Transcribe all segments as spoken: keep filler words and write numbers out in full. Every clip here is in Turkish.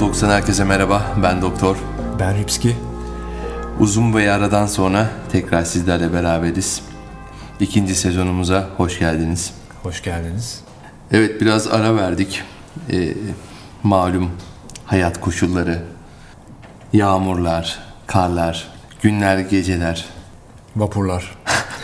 doksan herkese merhaba, ben Doktor. Ben Ripski. Uzun bir aradan sonra tekrar sizlerle beraberiz. İkinci sezonumuza hoş geldiniz. Hoş geldiniz. Evet, biraz ara verdik. Ee, malum hayat koşulları, yağmurlar, karlar, günler, geceler. Vapurlar.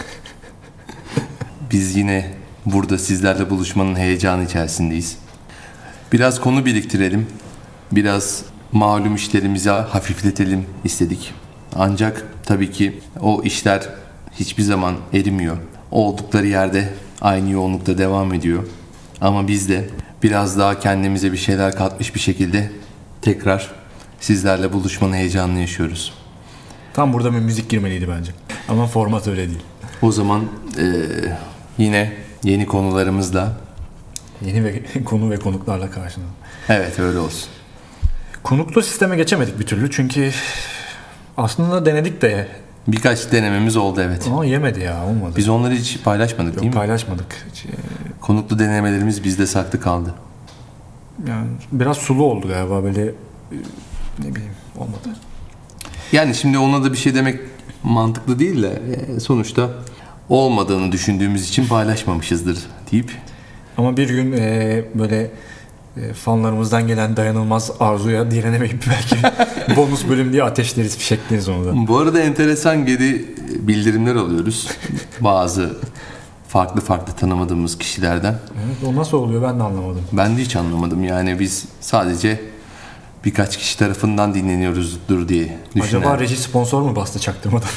Biz yine burada sizlerle buluşmanın heyecanı içerisindeyiz. Biraz konu biriktirelim. Biraz malum işlerimizi hafifletelim istedik. Ancak tabii ki o işler hiçbir zaman erimiyor. Oldukları yerde aynı yoğunlukta devam ediyor. Ama biz de biraz daha kendimize bir şeyler katmış bir şekilde tekrar sizlerle buluşmanın heyecanını yaşıyoruz. Tam burada bir müzik girmeliydi bence. Ama format öyle değil. O zaman e, yine yeni konularımızla. Yeni ve konu ve konuklarla karşınızda. Evet, öyle olsun. Konuklu sisteme geçemedik bir türlü çünkü aslında denedik de. Birkaç denememiz oldu, evet. Ama yemedi ya, olmadı. Biz onları hiç paylaşmadık. Yok, değil mi? Paylaşmadık. Hiç, e... Konuklu denemelerimiz bizde saklı kaldı. Yani biraz sulu oldu galiba, böyle e, ne bileyim, olmadı. Yani şimdi ona da bir şey demek mantıklı değil de sonuçta olmadığını düşündüğümüz için paylaşmamışızdır deyip. Ama bir gün e, böyle e, fanlarımızdan gelen dayanılmaz arzuya direnemeyip belki bonus bölüm diye ateşleriz, fişekleriz onu da. Bu arada enteresan geri bildirimler alıyoruz. Bazı farklı farklı tanımadığımız kişilerden. Evet, o nasıl oluyor ben de anlamadım. Ben de hiç anlamadım. Yani biz sadece birkaç kişi tarafından dinleniyoruzdur diye düşünüyorum. Acaba reji sponsor mu bastı çaktırmadan?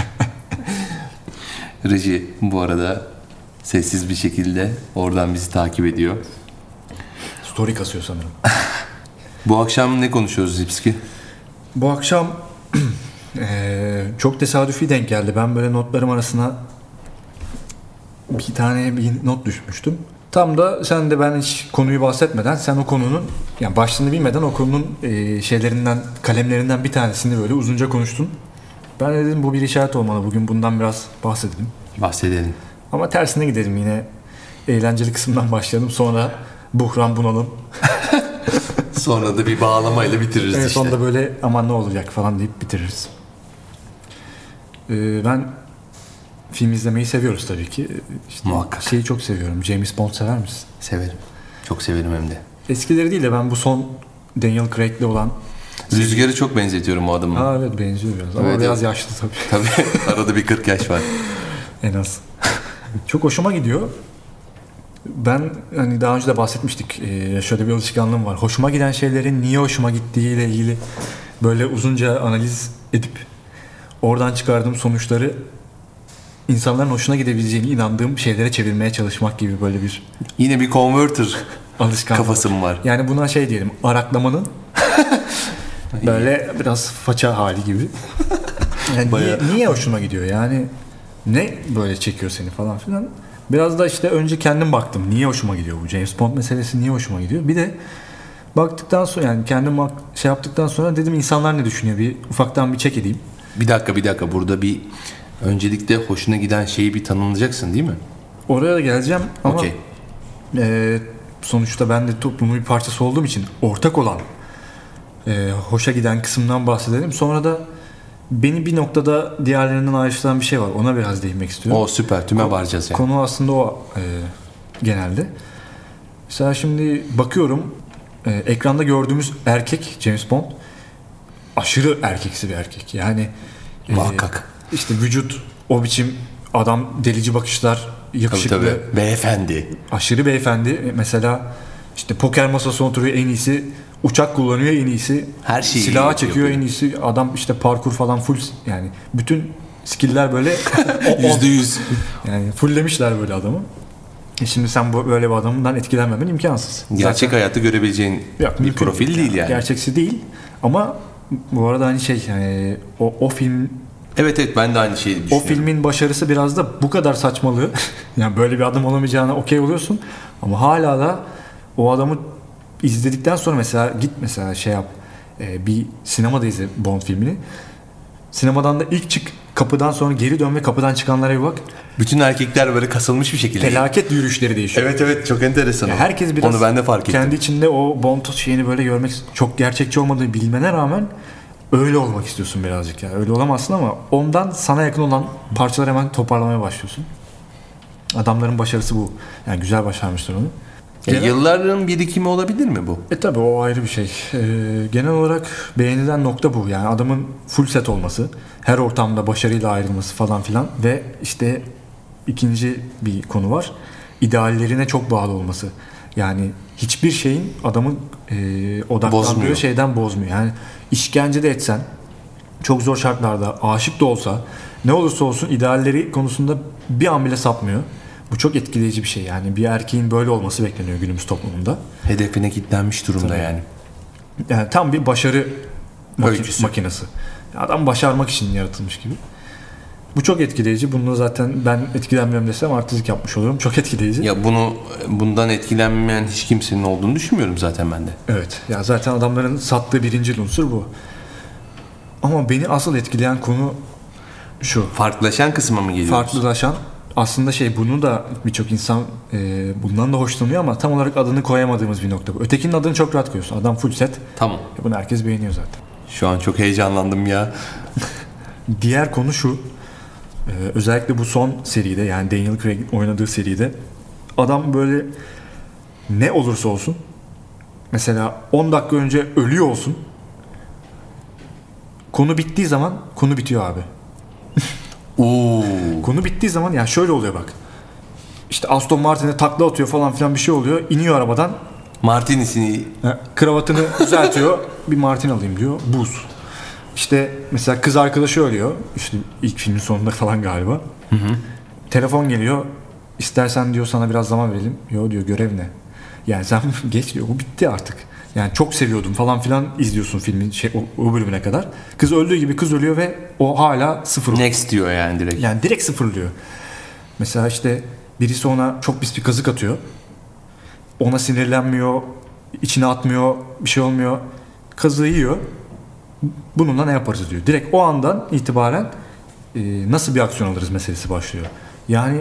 Reji bu arada sessiz bir şekilde oradan bizi takip ediyor. Story kasıyor sanırım. Bu akşam ne konuşuyoruz Zipski? Bu akşam e, çok tesadüfi denk geldi. Ben böyle notlarım arasına bir tane bir not düşmüştüm. Tam da sen de ben hiç konuyu bahsetmeden, sen o konunun, yani başlığını bilmeden o konunun e, şeylerinden, kalemlerinden bir tanesini böyle uzunca konuştun. Ben de dedim bu bir işaret olmalı. Bugün bundan biraz bahsedelim. Bahsedelim. Ama tersine gidelim, yine eğlenceli kısımdan başlayalım. Sonra buhran, bunalım. Sonra da bir bağlamayla bitiririz evet, işte. sonunda böyle aman ne olacak falan deyip bitiririz. Ee, ben film izlemeyi seviyoruz tabii ki. İşte muhakkak. Şeyi çok seviyorum. James Bond sever misin? Severim. Çok severim hem de. Eskileri değil de ben bu son Daniel Craig'li olan... Rüzgar'ı çok benzetiyorum o adamı. Ha evet, benziyor biraz ama evet, biraz evet. yaşlı tabii. Tabii arada bir kırk yaş var. En az. Çok hoşuma gidiyor. Ben hani daha önce de bahsetmiştik. Ee, şöyle bir alışkanlığım var. Hoşuma giden şeylerin niye hoşuma gittiğiyle ilgili böyle uzunca analiz edip oradan çıkardığım sonuçları insanların hoşuna gidebileceğine inandığım şeylere çevirmeye çalışmak gibi böyle bir yine bir converter alışkanlık kafasım var. Yani buna şey diyelim, araklamanın böyle biraz faça hali gibi. Yani niye, niye hoşuma gidiyor yani, ne böyle çekiyor seni falan filan. Biraz da işte önce kendim baktım. Niye hoşuma gidiyor bu James Bond meselesi, niye hoşuma gidiyor? Bir de baktıktan sonra, yani kendim şey yaptıktan sonra dedim insanlar ne düşünüyor? Bir ufaktan bir check edeyim. Bir dakika bir dakika burada bir öncelikle hoşuna giden şeyi bir tanımlayacaksın değil mi? Oraya da geleceğim ama okay. e, sonuçta ben de toplumun bir parçası olduğum için ortak olan e, hoşa giden kısımdan bahsedelim. Sonra da beni bir noktada diğerlerinden ayrıştıran bir şey var. Ona biraz değinmek istiyorum. O süper. Tüme varacağız yani. Konu aslında o e, genelde. Mesela şimdi bakıyorum e, ekranda gördüğümüz erkek James Bond aşırı erkeksi bir erkek. Yani e, muhakkak. İşte vücut, o biçim adam, delici bakışlar, yakışıklı. Tabii, tabii. Beyefendi. Aşırı beyefendi. Mesela işte poker masası oturuyor en iyisi. Uçak kullanıyor en iyisi. Her şeyi silah çekiyor en iyisi. Adam işte parkur falan full, yani bütün skill'ler böyle yüzde yüz. Yani fulllemişler böyle adamı. E şimdi sen bu böyle bir adamdan etkilenmemen imkansız. Gerçek Zaten, hayatı görebileceğin yok, bir profil değil, değil yani. Gerçeksi değil. Ama bu arada hani şey yani o, o film. Evet evet, ben de aynı şeyi düşünüyorum. O filmin başarısı biraz da bu kadar saçmalığı. Yani böyle bir adam olamayacağına okey oluyorsun. Ama hala da o adamı izledikten sonra mesela git mesela şey yap. E, bir sinemada izle Bond filmini. Sinemadan da ilk çık kapıdan sonra geri dön ve kapıdan çıkanlara bir bak. Bütün erkekler böyle kasılmış bir şekilde. Felaket yürüyüşleri değişiyor. Evet evet, çok enteresan. Yani herkes biraz onu ben de fark ettim. Kendi içinde o Bond şeyini böyle görmek, çok gerçekçi olmadığını bilmene rağmen öyle olmak istiyorsun birazcık ya. Öyle olamazsın ama ondan sana yakın olan parçaları hemen toparlamaya başlıyorsun. Adamların başarısı bu. Yani güzel başarmışlar onu. Ya Genel, yılların birikimi olabilir mi bu? e tabi o ayrı bir şey. Ee, genel olarak beğenilen nokta bu. Yani adamın full set olması, her ortamda başarıyla ayrılması falan filan ve işte ikinci bir konu var. İdeallerine çok bağlı olması. Yani hiçbir şeyin adamın e, odaklandığı Bozmuyor. şeyden bozmuyor. Yani işkence de etsen, çok zor şartlarda, aşık da olsa, ne olursa olsun idealleri konusunda bir an bile sapmıyor. Bu çok etkileyici bir şey. Yani bir erkeğin böyle olması bekleniyor günümüz toplumunda. Hedefine kilitlenmiş durumda Tabii. yani. Yani tam bir başarı maki- Öyküsü. makinesi. Adam başarmak için yaratılmış gibi. Bu çok etkileyici. Bunu zaten ben etkilenmiyorum desem artistlik yapmış olurum. Çok etkileyici. Ya bunu bundan etkilenmeyen hiç kimsenin olduğunu düşünmüyorum zaten ben de. Evet. Ya zaten adamların sattığı birinci unsur bu. Ama beni asıl etkileyen konu şu. Farklılaşan kısma mı geliyoruz? Farklılaşan aslında şey, bunu da birçok insan e, bundan da hoşlanıyor ama tam olarak adını koyamadığımız bir nokta bu. Ötekinin adını çok rahat koyuyorsun. Adam full set. Tamam. E, bunu herkes beğeniyor zaten. Şu an çok heyecanlandım ya. Diğer konu şu. Ee, özellikle bu son seride, yani Daniel Craig'in oynadığı seride adam böyle ne olursa olsun, mesela on dakika önce ölüyor olsun, konu bittiği zaman konu bitiyor abi. Oo. Konu bittiği zaman yani şöyle oluyor bak. İşte Aston Martin'e takla atıyor falan filan, bir şey oluyor. İniyor arabadan. Martinisini Ha, kravatını düzeltiyor. Bir Martin alayım diyor. Buz. İşte mesela kız arkadaşı ölüyor. İşte ilk filmin sonunda falan galiba. Hı hı. Telefon geliyor. İstersen diyor sana biraz zaman verelim. Yo diyor, görev ne? Yani sen geç diyor. Bu bitti artık. Yani çok seviyordum falan filan, izliyorsun filmin şey, o, o bölümüne kadar. Kız öldüğü gibi kız ölüyor ve o hala sıfır. next diyor yani direkt. Yani direkt sıfırlıyor. Mesela işte birisi ona çok pis bir kazık atıyor. Ona sinirlenmiyor, içine atmıyor, bir şey olmuyor. Kazığı yiyor. Bununla ne yaparız diyor. Direkt o andan itibaren e, nasıl bir aksiyon alırız meselesi başlıyor. Yani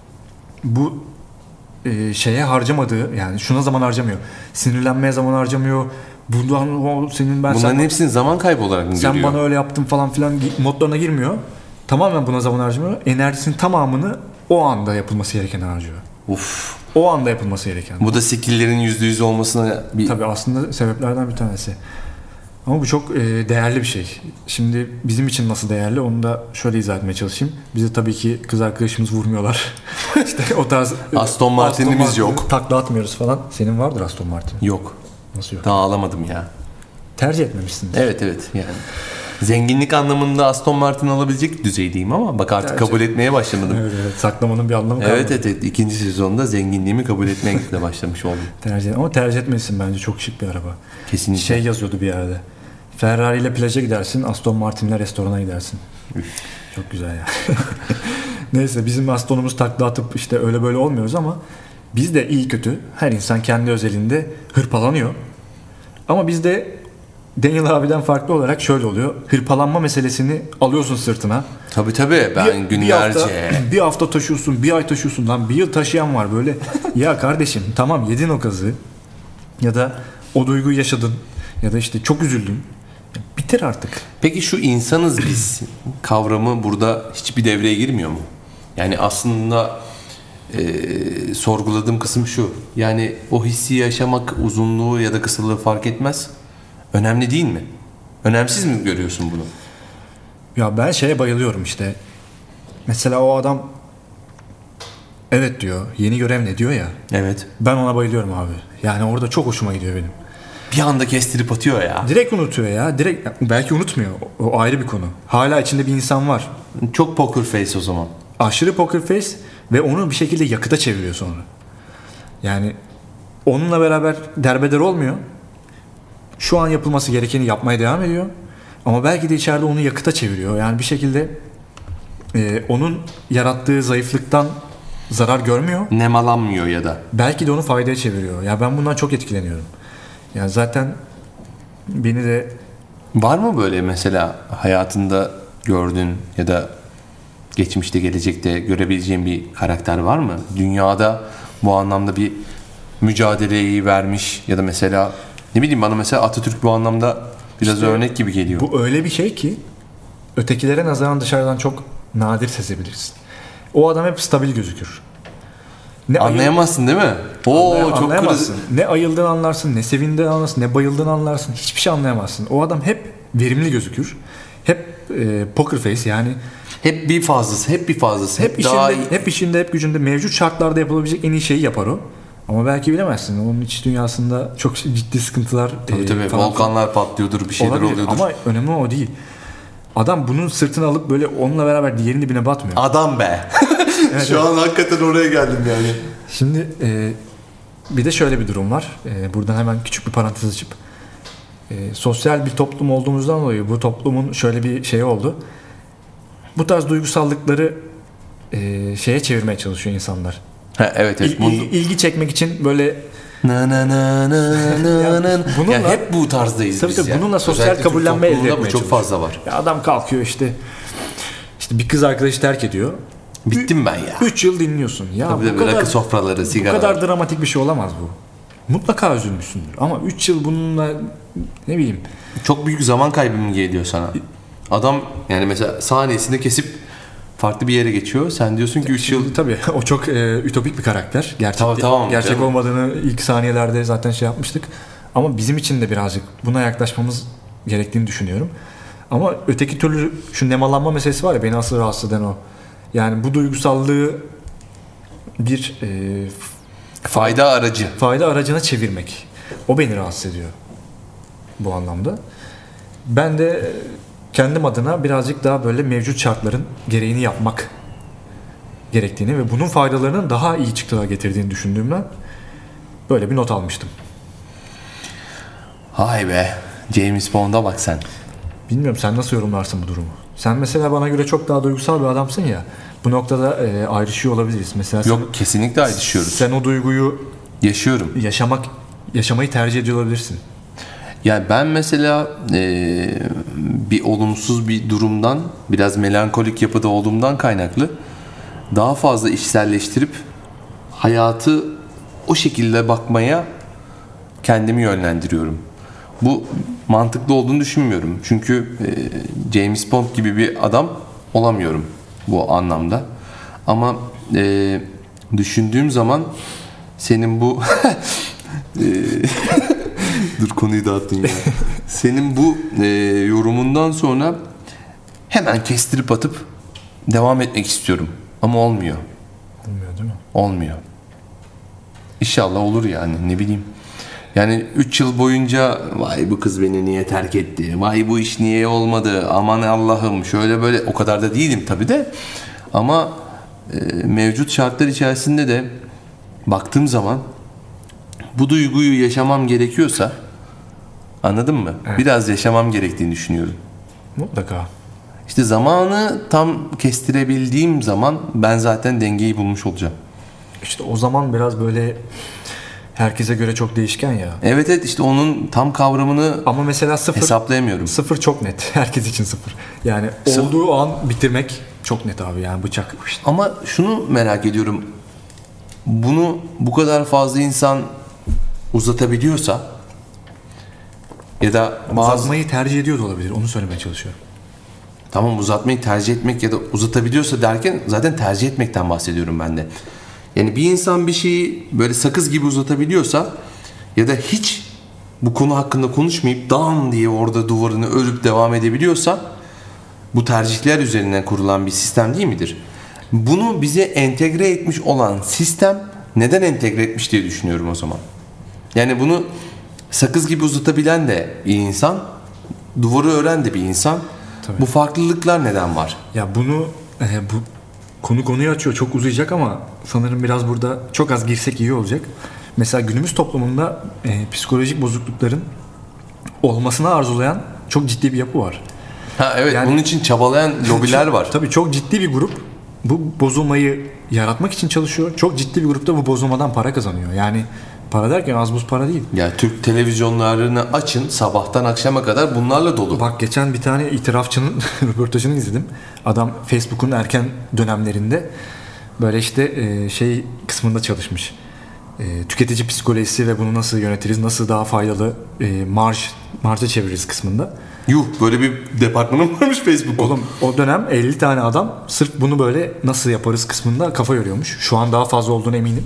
bu e, şeye harcamadığı, yani şuna zaman harcamıyor. Sinirlenmeye zaman harcamıyor. Bundan o senin ben Bunların sen, hepsini zaman kaybı olarak mı sen görüyor? bana öyle yaptın falan filan modlarına girmiyor. Tamamen buna zaman harcamıyor. Enerjisinin tamamını o anda yapılması gereken harcıyor. Uf. O anda yapılması gereken. Bu da skill'lerin yüzde yüz olmasına bir... Tabii aslında sebeplerden bir tanesi. Ama bu çok e, değerli bir şey. Şimdi bizim için nasıl değerli, onu da şöyle izah etmeye çalışayım. Bize tabii ki kız arkadaşımız vurmuyorlar. İşte o tarz Aston Martin'imiz Aston yok. Martin'i takla atmıyoruz falan. Senin vardır Aston Martin. Yok. Nasıl yok? Daha alamadım ya. Tercih etmemişsin. Evet evet yani. Zenginlik anlamında Aston Martin alabilecek düzeydeyim ama bak artık Tercih. kabul etmeye başlamadım. Evet, evet, saklamanın bir anlamı kalmadı. Evet, evet evet ikinci sezonda zenginliğimi kabul etmeye de başlamış oldum. Tercih, ama tercih etmelisin bence, çok şık bir araba. Kesinlikle. Şey yazıyordu bir yerde. Ferrari ile plaja gidersin, Aston Martin ile restorana gidersin. Üf. Çok güzel ya. Neyse, bizim Aston'umuz takla atıp işte öyle böyle olmuyoruz ama biz de iyi kötü, her insan kendi özelinde hırpalanıyor. Ama bizde Daniel abiden farklı olarak şöyle oluyor. Hırpalanma meselesini alıyorsun sırtına. Tabii tabii ben Bir- günlerce... Bir hafta, bir hafta taşıyorsun, bir ay taşıyorsun. Lan bir yıl taşıyan var böyle. Ya kardeşim tamam, yedin o kazığı. Ya da o duyguyu yaşadın. Ya da işte çok üzüldün. Bitir artık. Peki şu insanız biz kavramı burada hiçbir devreye girmiyor mu? Yani aslında e, sorguladığım kısım şu. Yani o hissi yaşamak uzunluğu ya da kısalığı fark etmez. Önemli değil mi? Önemsiz mi görüyorsun bunu? Ya ben şeye bayılıyorum işte. Mesela o adam evet diyor. Yeni görev ne diyor ya. Evet. Ben ona bayılıyorum abi. Yani orada çok hoşuma gidiyor benim. Bir anda kestirip atıyor ya. Direkt unutuyor ya. Direkt, belki unutmuyor. O, o ayrı bir konu. Hala içinde bir insan var. Çok poker face o zaman. Aşırı poker face ve onu bir şekilde yakıta çeviriyor sonra. Yani onunla beraber derbeder olmuyor. Şu an yapılması gerekeni yapmaya devam ediyor. Ama belki de içeride onu yakıta çeviriyor. Yani bir şekilde e, onun yarattığı zayıflıktan zarar görmüyor. Nemalanmıyor ya da. Belki de onu faydaya çeviriyor. Ya ben bundan çok etkileniyorum. Yani zaten beni de Var mı böyle mesela hayatında gördüğün ya da geçmişte, gelecekte görebileceğin bir karakter var mı? Dünyada bu anlamda bir mücadeleyi vermiş ya da mesela ne bileyim, bana mesela Atatürk bu anlamda biraz İşte örnek gibi geliyor. Bu öyle bir şey ki ötekilere nazaran dışarıdan çok nadir sezebilirsin. O adam hep stabil gözükür. Ne Anlayamazsın değil mi? Oo, Anlay- çok anlayamazsın. kırız- Ne ayıldığını anlarsın, ne sevindiğini anlarsın, ne bayıldığını anlarsın. Hiçbir şey anlayamazsın. O adam hep verimli gözükür. Hep e, poker face, yani Hep bir fazlası, hep bir fazlası. hep daha işinde, iyi. hep işinde, hep gücünde, mevcut şartlarda yapılabilecek en iyi şeyi yapar o. Ama belki bilemezsin. Onun iç dünyasında çok ciddi sıkıntılar Tabii e, tabii, falan volkanlar patlıyordur, bir şeyler olabilir. oluyordur. Ama önemli o değil. Adam bunun sırtını alıp böyle onunla beraber diğerinin dibine batmıyor. Adam be. Evet, Şu evet. an hakikaten oraya geldim yani. Şimdi e, bir de şöyle bir durum var. E, buradan hemen küçük bir parantez açıp e, sosyal bir toplum olduğumuzdan dolayı bu toplumun şöyle bir şeyi oldu. Bu tarz duygusallıkları e, şeye çevirmeye çalışıyor insanlar. Ha, evet evet. İl, il- ilgi çekmek için böyle Na na na na na Ya na. bununla- Ya hep bu tarzdayız tabii biz tabii ya. bununla sosyal Özellikle Türk kabullenme elde toplumunda etmeye bu çok çalışıyor. fazla var. Ya adam kalkıyor işte işte bir kız arkadaşı terk ediyor. Bittim ben ya. üç yıl dinliyorsun. Ya Tabii bu tabii, kadar rakı sofraları, bu sigara. kadar dramatik bir şey olamaz bu. Mutlaka üzülmüşsündür. Ama üç yıl bununla ne bileyim Çok büyük zaman kaybı mı geliyor sana? Adam yani mesela saniyesinde kesip farklı bir yere geçiyor. Sen diyorsun ki üç yıl. tabii o çok e, ütopik bir karakter. Gerçek Tamam, tamam, gerçek canım. olmadığını ilk saniyelerde zaten şey yapmıştık. Ama bizim için de birazcık buna yaklaşmamız gerektiğini düşünüyorum. Ama öteki türlü şu nemalanma meselesi var ya, beni asıl rahatsız eden o. Yani bu duygusallığı bir e, Fayda aracı. fayda aracına çevirmek. O beni rahatsız ediyor bu anlamda. Ben de kendim adına birazcık daha böyle mevcut şartların gereğini yapmak gerektiğini ve bunun faydalarının daha iyi çıktılar getirdiğini düşündüğümden böyle bir not almıştım. Hay be. James Bond'a bak sen. Bilmiyorum, sen nasıl yorumlarsın bu durumu? Sen mesela bana göre çok daha duygusal bir adamsın ya. Bu noktada e, ayrışıyor olabiliriz. Mesela sen, Yok, kesinlikle ayrışıyoruz. sen o duyguyu Yaşıyorum. yaşamak yaşamayı tercih ediyor olabilirsin. Yani ben mesela eee, bir olumsuz bir durumdan, biraz melankolik yapıda olduğumdan kaynaklı daha fazla içselleştirip hayatı o şekilde bakmaya kendimi yönlendiriyorum. Bu mantıklı olduğunu düşünmüyorum. Çünkü eee, James Bond gibi bir adam olamıyorum bu anlamda. Ama eee, düşündüğüm zaman senin bu eee, dur konuyu dağıttın ya. Senin bu eee, yorumundan sonra hemen kestirip atıp devam etmek istiyorum. Ama olmuyor. Olmuyor değil mi? Olmuyor. İnşallah olur yani, ne bileyim. Yani üç yıl boyunca vay bu kız beni niye terk etti, vay bu iş niye olmadı, aman Allah'ım şöyle böyle, o kadar da değilim tabii de. Ama e, mevcut şartlar içerisinde de baktığım zaman bu duyguyu yaşamam gerekiyorsa, anladın mı? Evet. Biraz yaşamam gerektiğini düşünüyorum. Mutlaka. İşte zamanı tam kestirebildiğim zaman ben zaten dengeyi bulmuş olacağım. İşte o zaman biraz böyle herkese göre çok değişken ya. Evet evet, işte onun tam kavramını Ama mesela sıfır, hesaplayamıyorum. sıfır çok net. Herkes için sıfır. Yani Sıfır. olduğu an bitirmek çok net abi, yani bıçak. İşte. Ama şunu merak ediyorum. Bunu bu kadar fazla insan uzatabiliyorsa ya da bazı Uzatmayı tercih ediyor da olabilir. Onu söylemeye çalışıyorum. tamam, uzatmayı tercih etmek ya da uzatabiliyorsa derken zaten tercih etmekten bahsediyorum ben de. Yani bir insan bir şeyi böyle sakız gibi uzatabiliyorsa ya da hiç bu konu hakkında konuşmayıp dam diye orada duvarını örüp devam edebiliyorsa, bu tercihler üzerinden kurulan bir sistem değil midir? Bunu bize entegre etmiş olan sistem neden entegre etmiş diye düşünüyorum o zaman. Yani bunu sakız gibi uzatabilen de bir insan, duvarı ören de bir insan. Tabii. Bu farklılıklar neden var? Ya bunu e, bu konu konuyu açıyor. Çok uzayacak ama sanırım biraz burada çok az girsek iyi olacak. Mesela günümüz toplumunda e, psikolojik bozuklukların olmasını arzulayan çok ciddi bir yapı var. Ha evet, Yani- bunun için çabalayan lobiler var. Tabii çok ciddi bir grup bu bozulmayı yaratmak için çalışıyor. Çok ciddi bir grupta bu bozulmadan para kazanıyor. Yani Para derken az buz para değil. Ya Türk televizyonlarını açın, sabahtan akşama kadar bunlarla dolu. Bak geçen bir tane itirafçının röportajını izledim. Adam Facebook'un erken dönemlerinde böyle işte e, şey kısmında çalışmış. E, tüketici psikolojisi ve bunu nasıl yönetiriz, nasıl daha faydalı e, marj marja çeviririz kısmında. Yuh, böyle bir departmanı varmış Facebook'un. Oğlum o dönem elli tane adam sırf bunu böyle nasıl yaparız kısmında kafa yoruyormuş. Şu an daha fazla olduğunu eminim.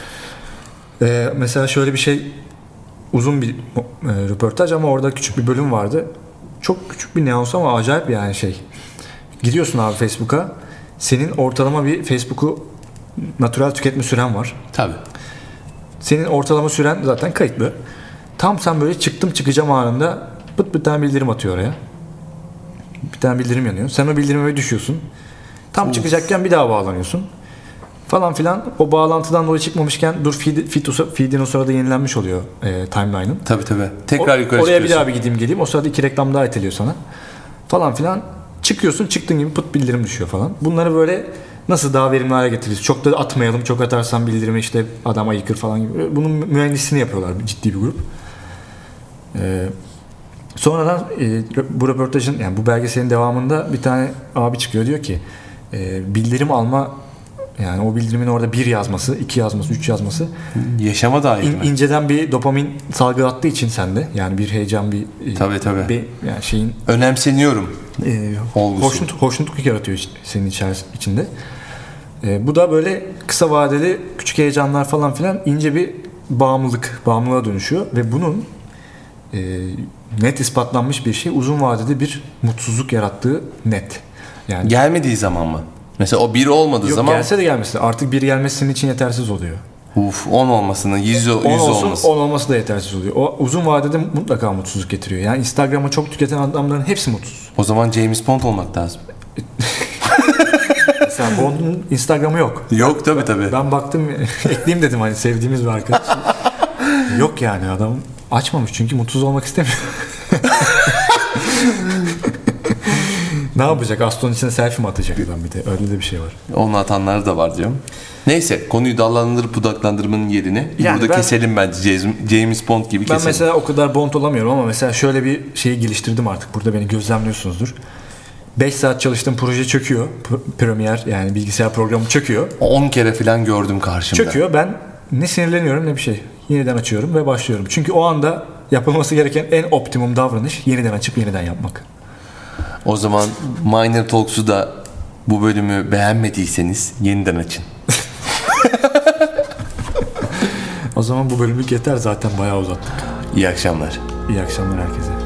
Ee, mesela şöyle bir şey, uzun bir e, röportaj ama orada küçük bir bölüm vardı. Çok küçük bir neons ama acayip yani şey. Giriyorsun abi Facebook'a. Senin ortalama bir Facebook'u natürel tüketme süren var. Tabii. Senin ortalama süren zaten kayıtlı. Tam sen böyle çıktım çıkacağım anında pıt bir tane bildirim atıyor oraya. Bir tane bildirim yanıyor. Sen o bildirime düşüyorsun. Tam of. Çıkacakken bir daha bağlanıyorsun. Falan filan. O bağlantıdan dolayı çıkmamışken dur feed, feed, feed'in o sırada yenilenmiş oluyor e, timeline'ın. Tabii tabii. Tekrar o, yukarı oraya çıkıyorsun. bir daha bir gideyim geleyim. O sırada iki reklam daha iteliyor sana. Falan filan. Çıkıyorsun, çıktığın gibi pıt bildirim düşüyor falan. Bunları böyle nasıl daha verimli hale getiririz? Çok da atmayalım. Çok atarsan bildirimi işte adam ayıkır falan gibi. Bunun mühendisliğini yapıyorlar ciddi bir grup. Ee, sonradan e, bu röportajın yani bu belgeselin devamında bir tane abi çıkıyor diyor ki e, bildirim alma, yani o bildirimin orada bir yazması, iki yazması, üç yazması yaşama dair in, mi? İnceden bir dopamin salgılattığı için sende yani bir heyecan, bir tabii tabii. Bir, yani şeyin önemseniyorum. E, hoşnut, hoşnutluk yaratıyor senin içinde. E, bu da böyle kısa vadeli küçük heyecanlar falan filan ince bir bağımlılık, bağımlılığa dönüşüyor ve bunun e, net ispatlanmış bir şey, uzun vadede bir mutsuzluk yarattığı net. Yani gelmediği zaman mı? Mesela o bir olmadığı yok, zaman gelse de gelmesi artık bir gelmesi senin için yetersiz oluyor. Uf, on olmasının yüz olsun, olması. on olması da yetersiz oluyor. O uzun vadede mutlaka mutsuzluk getiriyor. Yani Instagram'ı çok tüketen adamların hepsi mutsuz. O zaman James Bond olmak lazım. Sen Bond'un Instagram'ı yok. Yok tabii tabii. Ben baktım ekleyeyim dedim hani sevdiğimiz bir arkadaş. Yok yani adam açmamış çünkü mutsuz olmak istemiyor. Ne yapacak? Aston'un içine selfie mi atacak adam bir de? Öyle de bir şey var. Onu atanlar da var diyorum. Neyse, konuyu dallandırıp budaklandırmanın yerine yani burada ben, keselim bence. James Bond gibi keselim. Ben mesela o kadar Bond olamıyorum ama mesela şöyle bir şeyi geliştirdim artık. Burada beni gözlemliyorsunuzdur. beş saat çalıştığım proje çöküyor. Premiere yani bilgisayar programı çöküyor. on kere falan gördüm karşımda. Çöküyor. Ben ne sinirleniyorum ne bir şey. Yeniden açıyorum ve başlıyorum. Çünkü o anda yapılması gereken en optimum davranış yeniden açıp yeniden yapmak. O zaman Minor Talks'u da bu bölümü beğenmediyseniz yeniden açın. O zaman bu bölümlük yeter, zaten bayağı uzattık. İyi akşamlar. İyi akşamlar herkese.